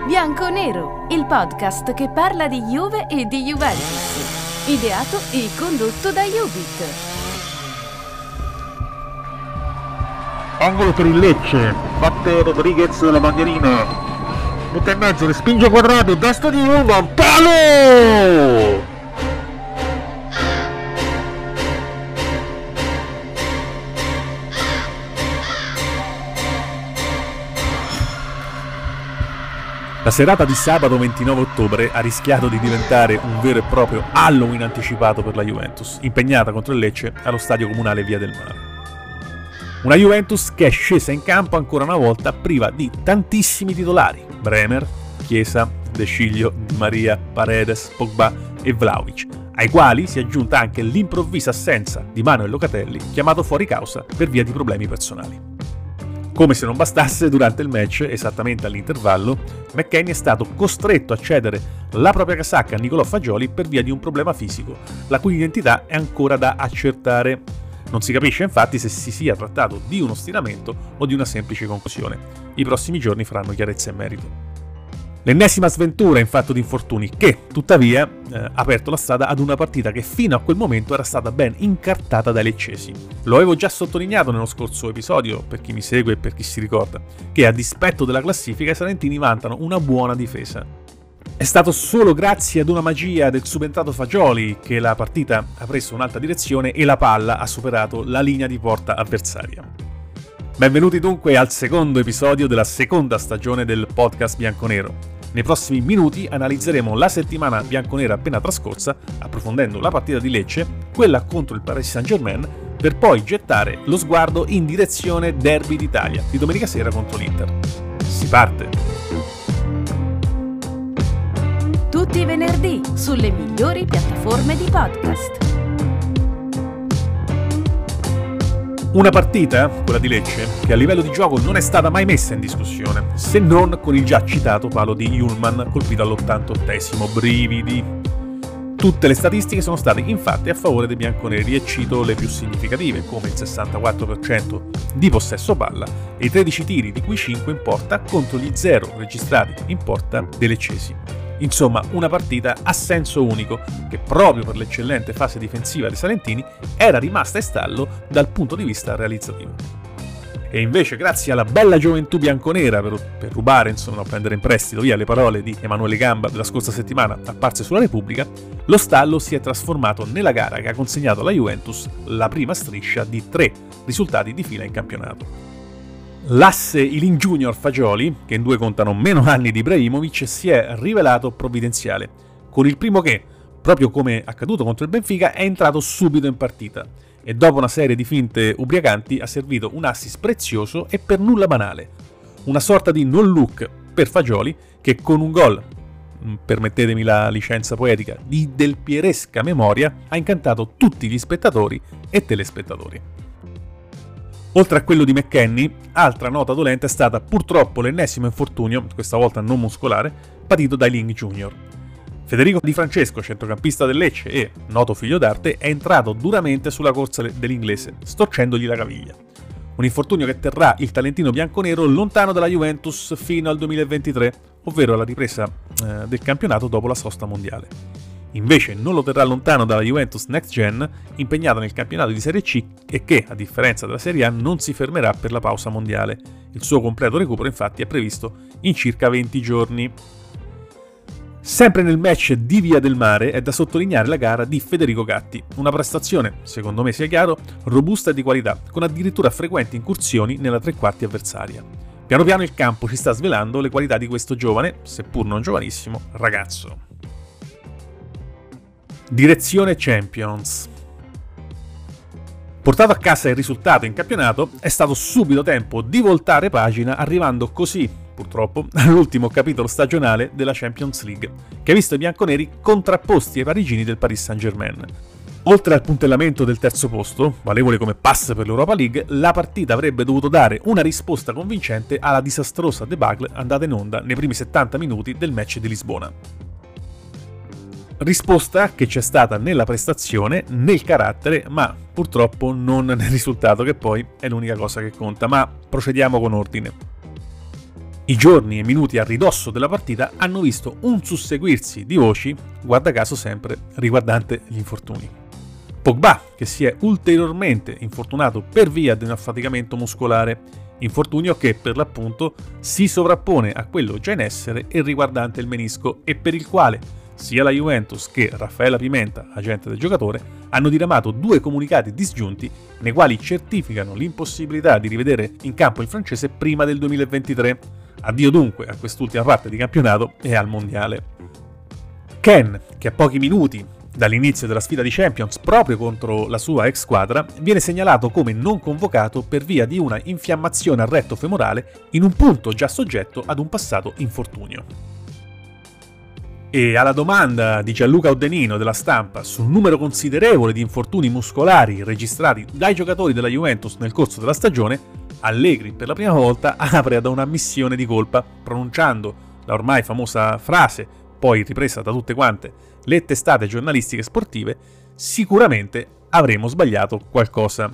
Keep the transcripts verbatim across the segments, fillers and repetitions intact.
Bianconero, il podcast che parla di Juve e di Juventus. Ideato e condotto da Jubit. Angolo per il Lecce, batte Rodriguez della bandierina, butta in mezzo, respinge Quadrato, destro di Ullman, palo! La serata di sabato ventinove ottobre ha rischiato di diventare un vero e proprio Halloween anticipato per la Juventus, impegnata contro il Lecce allo stadio comunale Via del Mare. Una Juventus che è scesa in campo ancora una volta priva di tantissimi titolari: Bremer, Chiesa, De Sciglio, Di Maria, Paredes, Pogba e Vlahovic, ai quali si è aggiunta anche l'improvvisa assenza di Manuel Locatelli, chiamato fuori causa per via di problemi personali. Come se non bastasse, durante il match, esattamente all'intervallo, McKennie è stato costretto a cedere la propria casacca a Nicolò Fagioli per via di un problema fisico, la cui identità è ancora da accertare. Non si capisce infatti se si sia trattato di uno stiramento o di una semplice concussione. I prossimi giorni faranno chiarezza in merito. L'ennesima sventura in fatto di infortuni che, tuttavia, eh, ha aperto la strada ad una partita che fino a quel momento era stata ben incartata dai leccesi. Lo avevo già sottolineato nello scorso episodio, per chi mi segue e per chi si ricorda, che a dispetto della classifica i salentini vantano una buona difesa. È stato solo grazie ad una magia del subentrato Fagioli che la partita ha preso un'altra direzione e la palla ha superato la linea di porta avversaria. Benvenuti dunque al secondo episodio della seconda stagione del podcast Bianconero. Nei prossimi minuti analizzeremo la settimana bianconera appena trascorsa, approfondendo la partita di Lecce, quella contro il Paris Saint-Germain, per poi gettare lo sguardo in direzione Derby d'Italia di domenica sera contro l'Inter. Si parte! Tutti i venerdì sulle migliori piattaforme di podcast. Una partita, quella di Lecce, che a livello di gioco non è stata mai messa in discussione, se non con il già citato palo di Ullman colpito all'ottantottesimo. Brividi. Tutte le statistiche sono state infatti a favore dei bianconeri e cito le più significative, come il sessantaquattro per cento di possesso palla e i tredici tiri, di cui cinque in porta, contro gli zero registrati in porta dei leccesi. Insomma, una partita a senso unico che, proprio per l'eccellente fase difensiva dei salentini, era rimasta in stallo dal punto di vista realizzativo. E invece, grazie alla bella gioventù bianconera, per, per rubare, insomma, prendere in prestito via le parole di Emanuele Gamba della scorsa settimana apparse sulla Repubblica, lo stallo si è trasformato nella gara che ha consegnato alla Juventus la prima striscia di tre risultati di fila in campionato. L'asse Ilin Junior Fagioli, che in due contano meno anni di Ibrahimovic, si è rivelato provvidenziale, con il primo che, proprio come accaduto contro il Benfica, è entrato subito in partita e dopo una serie di finte ubriacanti ha servito un assist prezioso e per nulla banale, una sorta di no-look per Fagioli che con un gol, permettetemi la licenza poetica, di delpieresca memoria ha incantato tutti gli spettatori e telespettatori. Oltre a quello di McKennie, altra nota dolente è stata purtroppo l'ennesimo infortunio, questa volta non muscolare, patito da Ilin Junior Federico Di Francesco, centrocampista del Lecce e noto figlio d'arte, è entrato duramente sulla corsa dell'inglese, storcendogli la caviglia. Un infortunio che terrà il talentino bianconero lontano dalla Juventus fino al duemilaventitré, ovvero alla ripresa eh, del campionato dopo la sosta mondiale. Invece non lo terrà lontano dalla Juventus Next Gen, impegnata nel campionato di Serie C e che, a differenza della Serie A, non si fermerà per la pausa mondiale. Il suo completo recupero infatti è previsto in circa venti giorni. Sempre nel match di Via del Mare è da sottolineare la gara di Federico Gatti, una prestazione, secondo me sia chiaro, robusta e di qualità, con addirittura frequenti incursioni nella tre quarti avversaria. Piano piano il campo ci sta svelando le qualità di questo giovane, seppur non giovanissimo, ragazzo. Direzione Champions. Portato a casa il risultato in campionato, è stato subito tempo di voltare pagina, arrivando così, purtroppo, all'ultimo capitolo stagionale della Champions League, che ha visto i bianconeri contrapposti ai parigini del Paris Saint-Germain. Oltre al puntellamento del terzo posto, valevole come pass per l'Europa League, la partita avrebbe dovuto dare una risposta convincente alla disastrosa debacle andata in onda nei primi settanta minuti del match di Lisbona. Risposta che c'è stata nella prestazione, nel carattere, ma purtroppo non nel risultato, che poi è l'unica cosa che conta. Ma procediamo con ordine. I giorni e minuti a ridosso della partita hanno visto un susseguirsi di voci, guarda caso sempre riguardante gli infortuni. Pogba, che si è ulteriormente infortunato per via di un affaticamento muscolare, infortunio che per l'appunto si sovrappone a quello già in essere e riguardante il menisco e per il quale sia la Juventus che Raffaella Pimenta, agente del giocatore, hanno diramato due comunicati disgiunti nei quali certificano l'impossibilità di rivedere in campo il francese prima del duemilaventitré. Addio dunque a quest'ultima parte di campionato e al mondiale. Ken, che a pochi minuti dall'inizio della sfida di Champions proprio contro la sua ex squadra, viene segnalato come non convocato per via di una infiammazione al retto femorale in un punto già soggetto ad un passato infortunio. E alla domanda di Gianluca Audenino della Stampa sul numero considerevole di infortuni muscolari registrati dai giocatori della Juventus nel corso della stagione, Allegri per la prima volta apre da un'ammissione di colpa, pronunciando la ormai famosa frase, poi ripresa da tutte quante le testate giornalistiche sportive: sicuramente avremo sbagliato qualcosa.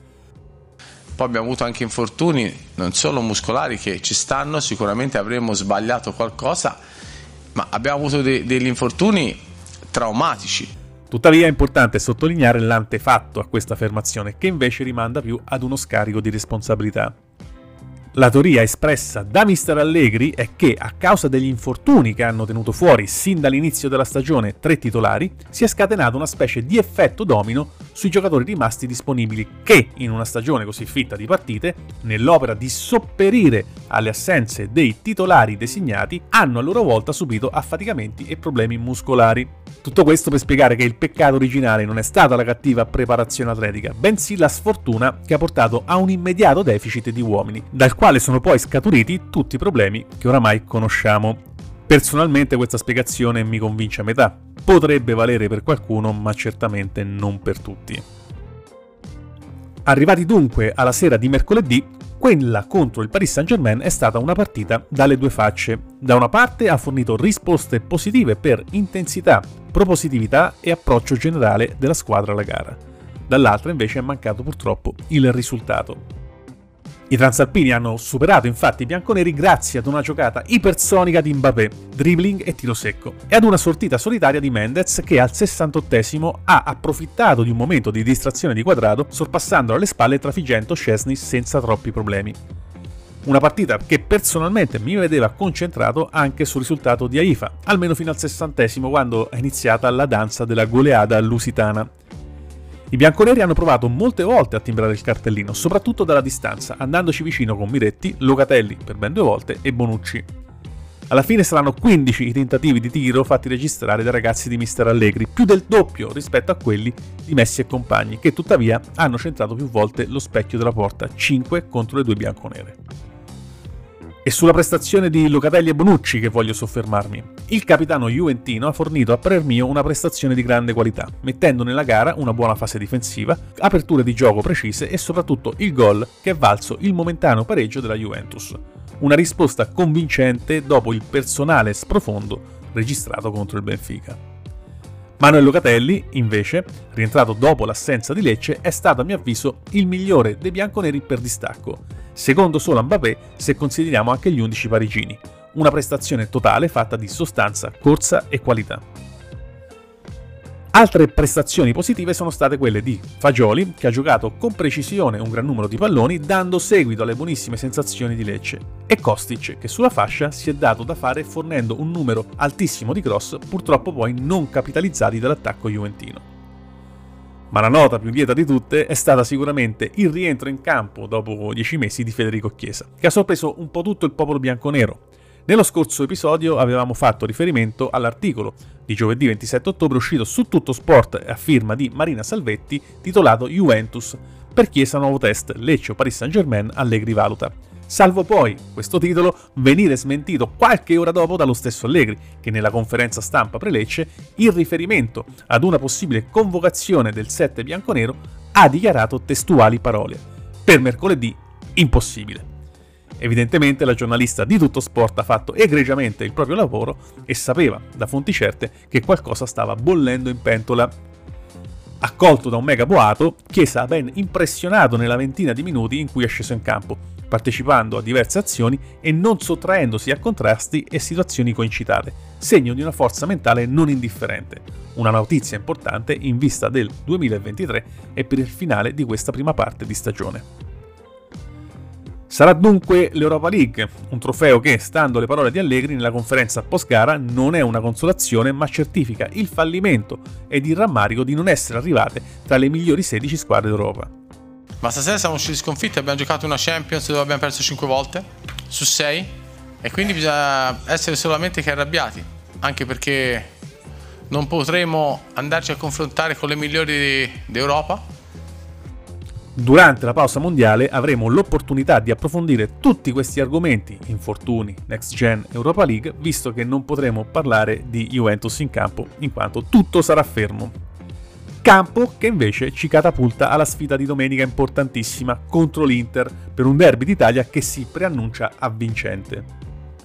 Poi abbiamo avuto anche infortuni, non solo muscolari, che ci stanno, sicuramente avremmo sbagliato qualcosa, ma abbiamo avuto de- degli infortuni traumatici. Tuttavia è importante sottolineare l'antefatto a questa affermazione, che invece rimanda più ad uno scarico di responsabilità. La teoria espressa da mister Allegri è che, a causa degli infortuni che hanno tenuto fuori sin dall'inizio della stagione tre titolari, si è scatenato una specie di effetto domino sui giocatori rimasti disponibili che, in una stagione così fitta di partite, nell'opera di sopperire alle assenze dei titolari designati, hanno a loro volta subito affaticamenti e problemi muscolari. Tutto questo per spiegare che il peccato originale non è stata la cattiva preparazione atletica, bensì la sfortuna che ha portato a un immediato deficit di uomini, dal quale sono poi scaturiti tutti i problemi che oramai conosciamo. Personalmente questa spiegazione mi convince a metà. Potrebbe valere per qualcuno, ma certamente non per tutti. Arrivati dunque alla sera di mercoledì, quella contro il Paris Saint-Germain è stata una partita dalle due facce. Da una parte ha fornito risposte positive per intensità, propositività e approccio generale della squadra alla gara. Dall'altra invece è mancato purtroppo il risultato. I transalpini hanno superato infatti i bianconeri grazie ad una giocata ipersonica di Mbappé, dribbling e tiro secco, e ad una sortita solitaria di Mendez che al sessantottesimo ha approfittato di un momento di distrazione di Quadrado, sorpassandolo alle spalle e trafiggendo Szczesny senza troppi problemi. Una partita che personalmente mi vedeva concentrato anche sul risultato di Haifa, almeno fino al sessantesimo, quando è iniziata la danza della goleada lusitana. I bianconeri hanno provato molte volte a timbrare il cartellino, soprattutto dalla distanza, andandoci vicino con Miretti, Locatelli per ben due volte e Bonucci. Alla fine saranno quindici i tentativi di tiro fatti registrare dai ragazzi di mister Allegri, più del doppio rispetto a quelli di Messi e compagni, che tuttavia hanno centrato più volte lo specchio della porta, cinque contro le due bianconere. È sulla prestazione di Locatelli e Bonucci che voglio soffermarmi. Il capitano juventino ha fornito a parer mio una prestazione di grande qualità, mettendo nella gara una buona fase difensiva, aperture di gioco precise e soprattutto il gol che è valso il momentaneo pareggio della Juventus. Una risposta convincente dopo il personale sprofondo registrato contro il Benfica. Manuel Locatelli, invece, rientrato dopo l'assenza di Lecce, è stato a mio avviso il migliore dei bianconeri per distacco, secondo solo a Mbappé se consideriamo anche gli undici parigini. Una prestazione totale fatta di sostanza, corsa e qualità. Altre prestazioni positive sono state quelle di Fagioli, che ha giocato con precisione un gran numero di palloni, dando seguito alle buonissime sensazioni di Lecce, e Kostic, che sulla fascia si è dato da fare fornendo un numero altissimo di cross, purtroppo poi non capitalizzati dall'attacco juventino. Ma la nota più lieta di tutte è stata sicuramente il rientro in campo dopo dieci mesi di Federico Chiesa, che ha sorpreso un po' tutto il popolo bianconero. Nello scorso episodio avevamo fatto riferimento all'articolo di giovedì ventisette ottobre uscito su Tutto Sport a firma di Marina Salvetti titolato Juventus, per Chiesa nuovo test, Lecce o Paris Saint-Germain, Allegri valuta. Salvo poi questo titolo venire smentito qualche ora dopo dallo stesso Allegri, che nella conferenza stampa pre-Lecce, in riferimento ad una possibile convocazione del sette bianconero, ha dichiarato testuali parole: per mercoledì impossibile. Evidentemente la giornalista di Tutto Sport ha fatto egregiamente il proprio lavoro e sapeva da fonti certe che qualcosa stava bollendo in pentola. Accolto da un mega boato, Chiesa ha ben impressionato nella ventina di minuti in cui è sceso in campo, partecipando a diverse azioni e non sottraendosi a contrasti e situazioni coincitate, segno di una forza mentale non indifferente. Una notizia importante in vista del duemilaventitré e per il finale di questa prima parte di stagione. Sarà dunque l'Europa League, un trofeo che, stando alle parole di Allegri nella conferenza post-gara, non è una consolazione ma certifica il fallimento ed il rammarico di non essere arrivate tra le migliori sedici squadre d'Europa. Ma stasera siamo usciti sconfitti, abbiamo giocato una Champions dove abbiamo perso cinque volte su sei e quindi bisogna essere solamente che arrabbiati, anche perché non potremo andarci a confrontare con le migliori d'Europa. Durante la pausa mondiale avremo l'opportunità di approfondire tutti questi argomenti, infortuni, Next Gen, Europa League, visto che non potremo parlare di Juventus in campo, in quanto tutto sarà fermo. Campo che invece ci catapulta alla sfida di domenica importantissima contro l'Inter per un derby d'Italia che si preannuncia avvincente.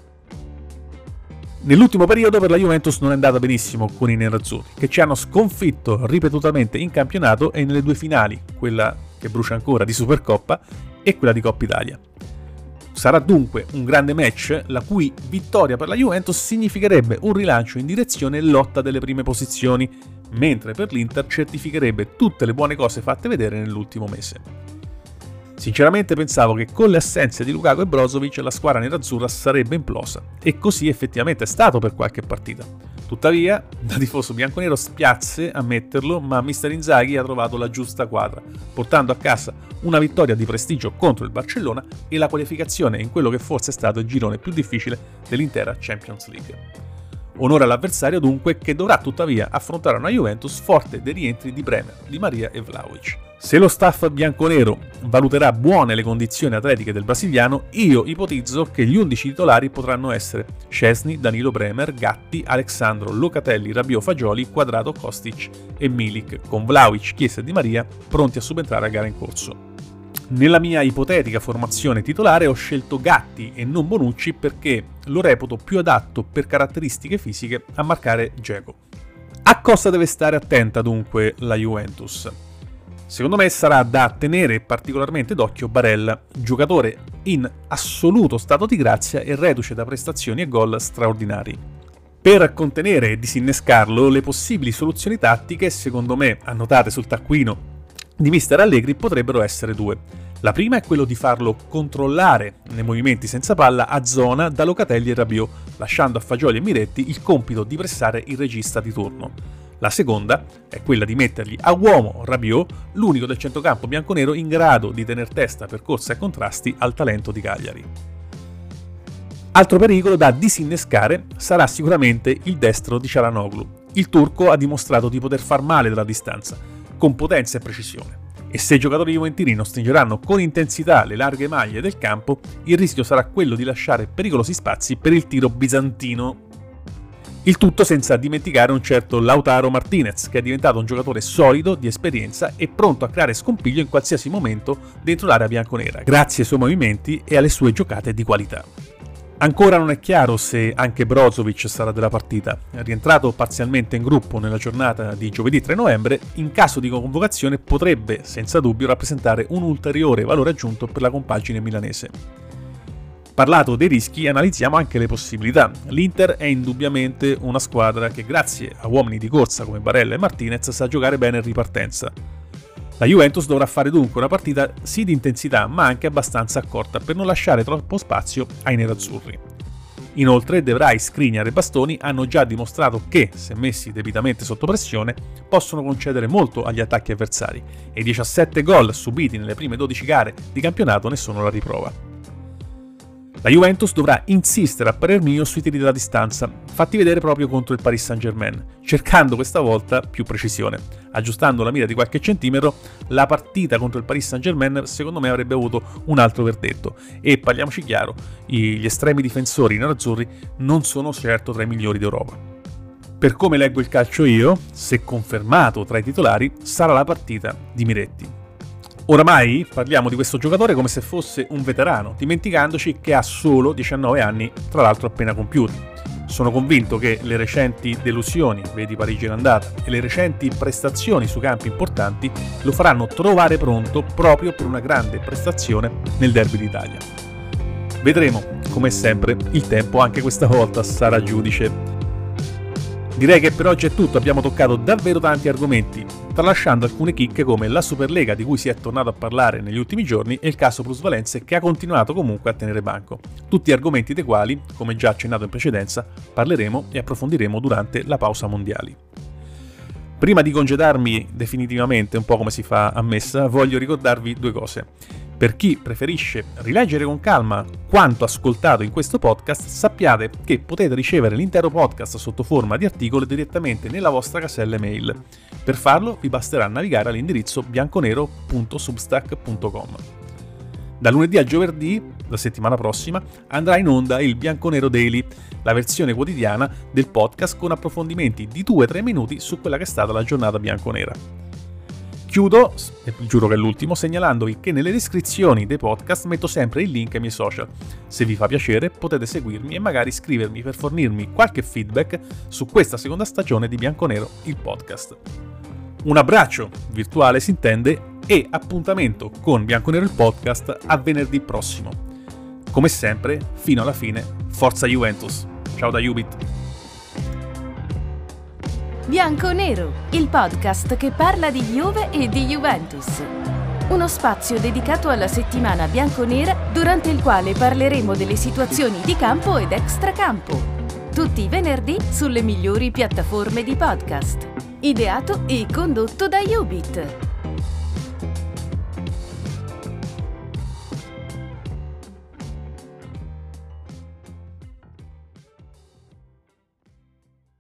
Nell'ultimo periodo per la Juventus non è andata benissimo con i nerazzurri, che ci hanno sconfitto ripetutamente in campionato e nelle due finali, quella che brucia ancora di Supercoppa e quella di Coppa Italia. Sarà dunque un grande match, la cui vittoria per la Juventus significherebbe un rilancio in direzione lotta delle prime posizioni, mentre per l'Inter certificherebbe tutte le buone cose fatte vedere nell'ultimo mese. Sinceramente pensavo che con le assenze di Lukaku e Brozovic la squadra nerazzurra sarebbe implosa, e così effettivamente è stato per qualche partita. Tuttavia, da tifoso bianconero spiace ammetterlo, ma mister Inzaghi ha trovato la giusta quadra, portando a casa una vittoria di prestigio contro il Barcellona e la qualificazione in quello che forse è stato il girone più difficile dell'intera Champions League. Onore all'avversario dunque, che dovrà tuttavia affrontare una Juventus forte dei rientri di Bremer, Di Maria e Vlahovic. Se lo staff bianconero valuterà buone le condizioni atletiche del brasiliano, io ipotizzo che gli undici titolari potranno essere Szczesny, Danilo, Bremer, Gatti, Alexandro, Locatelli, Rabiot, Fagioli, Quadrato, Kostic e Milik, con Vlahovic, Chiesa e Di Maria pronti a subentrare a gara in corso. Nella mia ipotetica formazione titolare ho scelto Gatti e non Bonucci perché lo reputo più adatto per caratteristiche fisiche a marcare Dzeko. A cosa deve stare attenta dunque la Juventus? Secondo me sarà da tenere particolarmente d'occhio Barella, giocatore in assoluto stato di grazia e reduce da prestazioni e gol straordinari. Per contenere e disinnescarlo, le possibili soluzioni tattiche, secondo me annotate sul taccuino di mister Allegri, potrebbero essere due. La prima è quello di farlo controllare nei movimenti senza palla a zona da Locatelli e Rabiot, lasciando a Fagioli e Miretti il compito di pressare il regista di turno. La seconda è quella di mettergli a uomo Rabiot, l'unico del centrocampo bianconero in grado di tener testa per corsa e contrasti al talento di Cagliari. Altro pericolo da disinnescare sarà sicuramente il destro di Çalhanoğlu. Il turco ha dimostrato di poter far male dalla distanza, con potenza e precisione. E se i giocatori juventini non stringeranno con intensità le larghe maglie del campo, il rischio sarà quello di lasciare pericolosi spazi per il tiro bizantino. Il tutto senza dimenticare un certo Lautaro Martinez, che è diventato un giocatore solido, di esperienza e pronto a creare scompiglio in qualsiasi momento dentro l'area bianconera, grazie ai suoi movimenti e alle sue giocate di qualità. Ancora non è chiaro se anche Brozovic sarà della partita. Rientrato parzialmente in gruppo nella giornata di giovedì tre novembre, in caso di convocazione potrebbe senza dubbio rappresentare un ulteriore valore aggiunto per la compagine milanese. Parlato dei rischi, analizziamo anche le possibilità. L'Inter è indubbiamente una squadra che grazie a uomini di corsa come Barella e Martinez sa giocare bene in ripartenza. La Juventus dovrà fare dunque una partita sì di intensità ma anche abbastanza accorta per non lasciare troppo spazio ai nerazzurri. Inoltre De Vrij, Skriniar e Bastoni hanno già dimostrato che, se messi debitamente sotto pressione, possono concedere molto agli attacchi avversari e i diciassette gol subiti nelle prime dodici gare di campionato ne sono la riprova. La Juventus dovrà insistere a parer mio sui tiri dalla distanza, fatti vedere proprio contro il Paris Saint-Germain, cercando questa volta più precisione. Aggiustando la mira di qualche centimetro, la partita contro il Paris Saint-Germain secondo me avrebbe avuto un altro verdetto e, parliamoci chiaro, gli estremi difensori nerazzurri non sono certo tra i migliori d'Europa. Per come leggo il calcio io, se confermato tra i titolari, sarà la partita di Miretti. Oramai parliamo di questo giocatore come se fosse un veterano, dimenticandoci che ha solo diciannove anni, tra l'altro appena compiuti. Sono convinto che le recenti delusioni, vedi Parigi in andata, e le recenti prestazioni su campi importanti lo faranno trovare pronto proprio per una grande prestazione nel Derby d'Italia. Vedremo, come sempre, il tempo anche questa volta sarà giudice. Direi che per oggi è tutto, abbiamo toccato davvero tanti argomenti, tralasciando alcune chicche come la Superlega di cui si è tornato a parlare negli ultimi giorni e il caso plusvalenze che ha continuato comunque a tenere banco. Tutti argomenti dei quali, come già accennato in precedenza, parleremo e approfondiremo durante la pausa mondiali. Prima di congedarmi definitivamente, un po' come si fa a messa, voglio ricordarvi due cose. Per chi preferisce rileggere con calma quanto ascoltato in questo podcast, sappiate che potete ricevere l'intero podcast sotto forma di articoli direttamente nella vostra casella email. Per farlo vi basterà navigare all'indirizzo bianconero punto substack punto com. Da lunedì a giovedì, la settimana prossima, andrà in onda il Bianconero Daily, la versione quotidiana del podcast con approfondimenti di due tre minuti su quella che è stata la giornata bianconera. Chiudo, e giuro che è l'ultimo, segnalandovi che nelle descrizioni dei podcast metto sempre il link ai miei social. Se vi fa piacere potete seguirmi e magari scrivermi per fornirmi qualche feedback su questa seconda stagione di Bianconero, il podcast. Un abbraccio virtuale si intende e appuntamento con Bianconero il podcast a venerdì prossimo. Come sempre, fino alla fine, forza Juventus! Ciao da Ubit! Bianconero, il podcast che parla di Juve e di Juventus. Uno spazio dedicato alla settimana bianconera durante il quale parleremo delle situazioni di campo ed extracampo. Tutti i venerdì sulle migliori piattaforme di podcast. Ideato e condotto da Ubit.